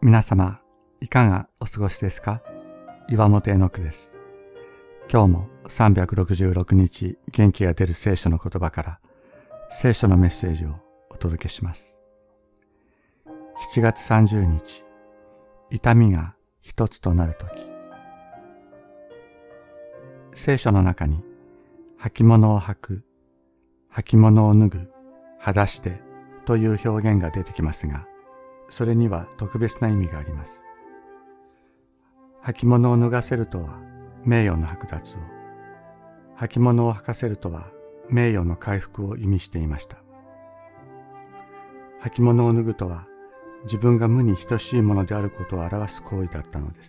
皆様、いかがお過ごしですか？岩本絵の句です。今日も366日元気が出る聖書の言葉から聖書のメッセージをお届けします。7月30日、痛みが一つとなるとき。聖書の中に履物を履く、履物を脱ぐ、裸足でという表現が出てきますが、それには特別な意味があります。履物を脱がせるとは名誉の剥奪を、履物を履かせるとは名誉の回復を意味していました。履物を脱ぐとは自分が無に等しいものであることを表す行為だったのです。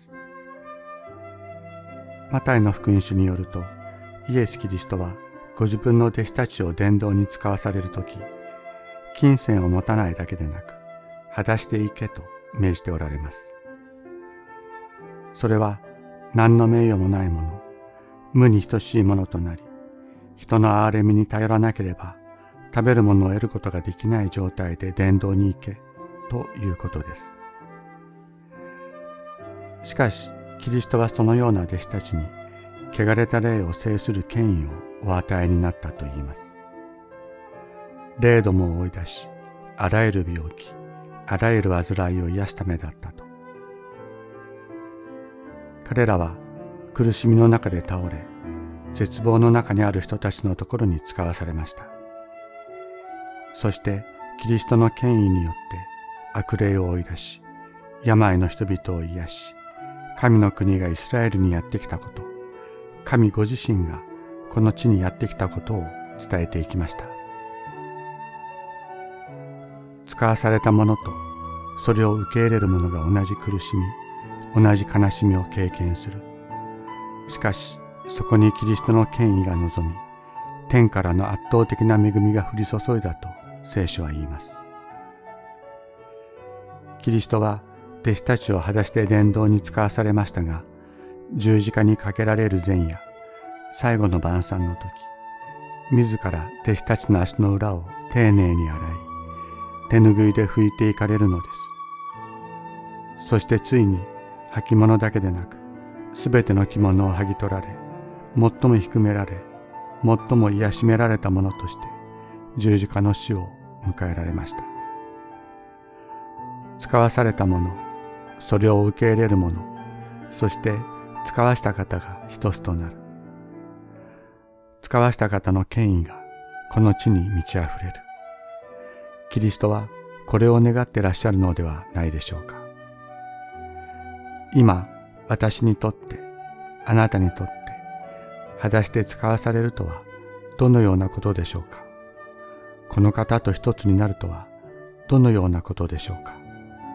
マタイの福音書によると、イエス・キリストはご自分の弟子たちを伝道に使わされるとき、金銭を持たないだけでなく、裸足で行けと命じておられます。それは何の名誉もないもの、無に等しいものとなり、人の憐れみに頼らなければ食べるものを得ることができない状態で伝道に行けということです。しかし、キリストはそのような弟子たちに汚れた霊を制する権威をお与えになったといいます。霊どもを追い出し、あらゆる病気、あらゆる患いを癒すためだったと。彼らは苦しみの中で倒れ、絶望の中にある人たちのところに使わされました。そしてキリストの権威によって悪霊を追い出し、病の人々を癒し、神の国がイスラエルにやってきたこと、神ご自身がこの地にやってきたことを伝えていきました。使わされた者とそれを受け入れる者が同じ苦しみ、同じ悲しみを経験する。しかし、そこにキリストの権威が望み、天からの圧倒的な恵みが降り注いだと聖書は言います。キリストは弟子たちを裸足で伝道に使わされましたが、十字架にかけられる前夜、最後の晩餐の時、自ら弟子たちの足の裏を丁寧に洗い、手ぬぐいで拭いていかれるのです。そしてついに履物だけでなく、すべての着物を剥ぎ取られ、最も低められ、最も癒しめられたものとして十字架の死を迎えられました。使わされた者、それを受け入れる者、そして使わした方が一つとなる。使わした方の権威がこの地に満ち溢れる。キリストはこれを願ってらっしゃるのではないでしょうか。今、私にとって、あなたにとって、裸足で使わされるとはどのようなことでしょうか。この方と一つになるとはどのようなことでしょうか。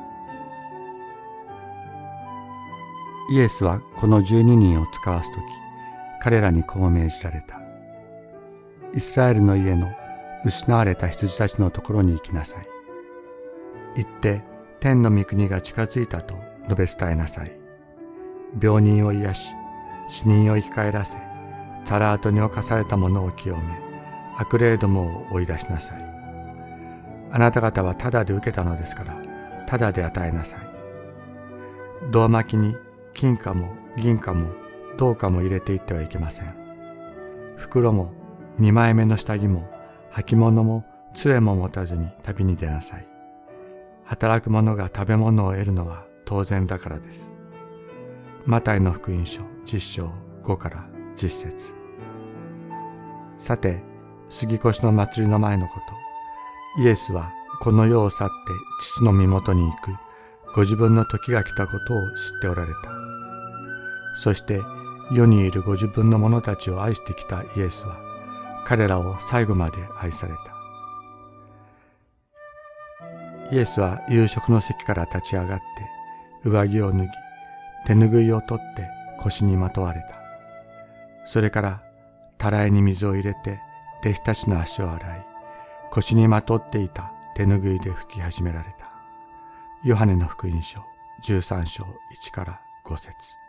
イエスはこの12人を使わすとき、彼らにこう命じられた。イスラエルの家の失われた羊たちのところに行きなさい。行って天の御国が近づいたと述べ伝えなさい。病人を癒し、死人を生き返らせ、サラートに侵された者を清め、悪霊どもを追い出しなさい。あなた方はただで受けたのですから、ただで与えなさい。胴巻きに金貨も銀貨も銅貨も入れていってはいけません。袋も2枚目の下着も履物も杖も持たずに旅に出なさい。働く者が食べ物を得るのは当然だからです。マタイの福音書10章5から10節。さて、杉越の祭りの前のこと、イエスはこの世を去って父の身元に行くご自分の時が来たことを知っておられた。そして世にいるご自分の者たちを愛してきたイエスは彼らを最後まで愛された。イエスは夕食の席から立ち上がって上着を脱ぎ、手ぬぐいを取って腰にまとわれた。それからたらいに水を入れて弟子たちの足を洗い、腰にまとっていた手ぬぐいで拭き始められた。ヨハネの福音書13章1から5節。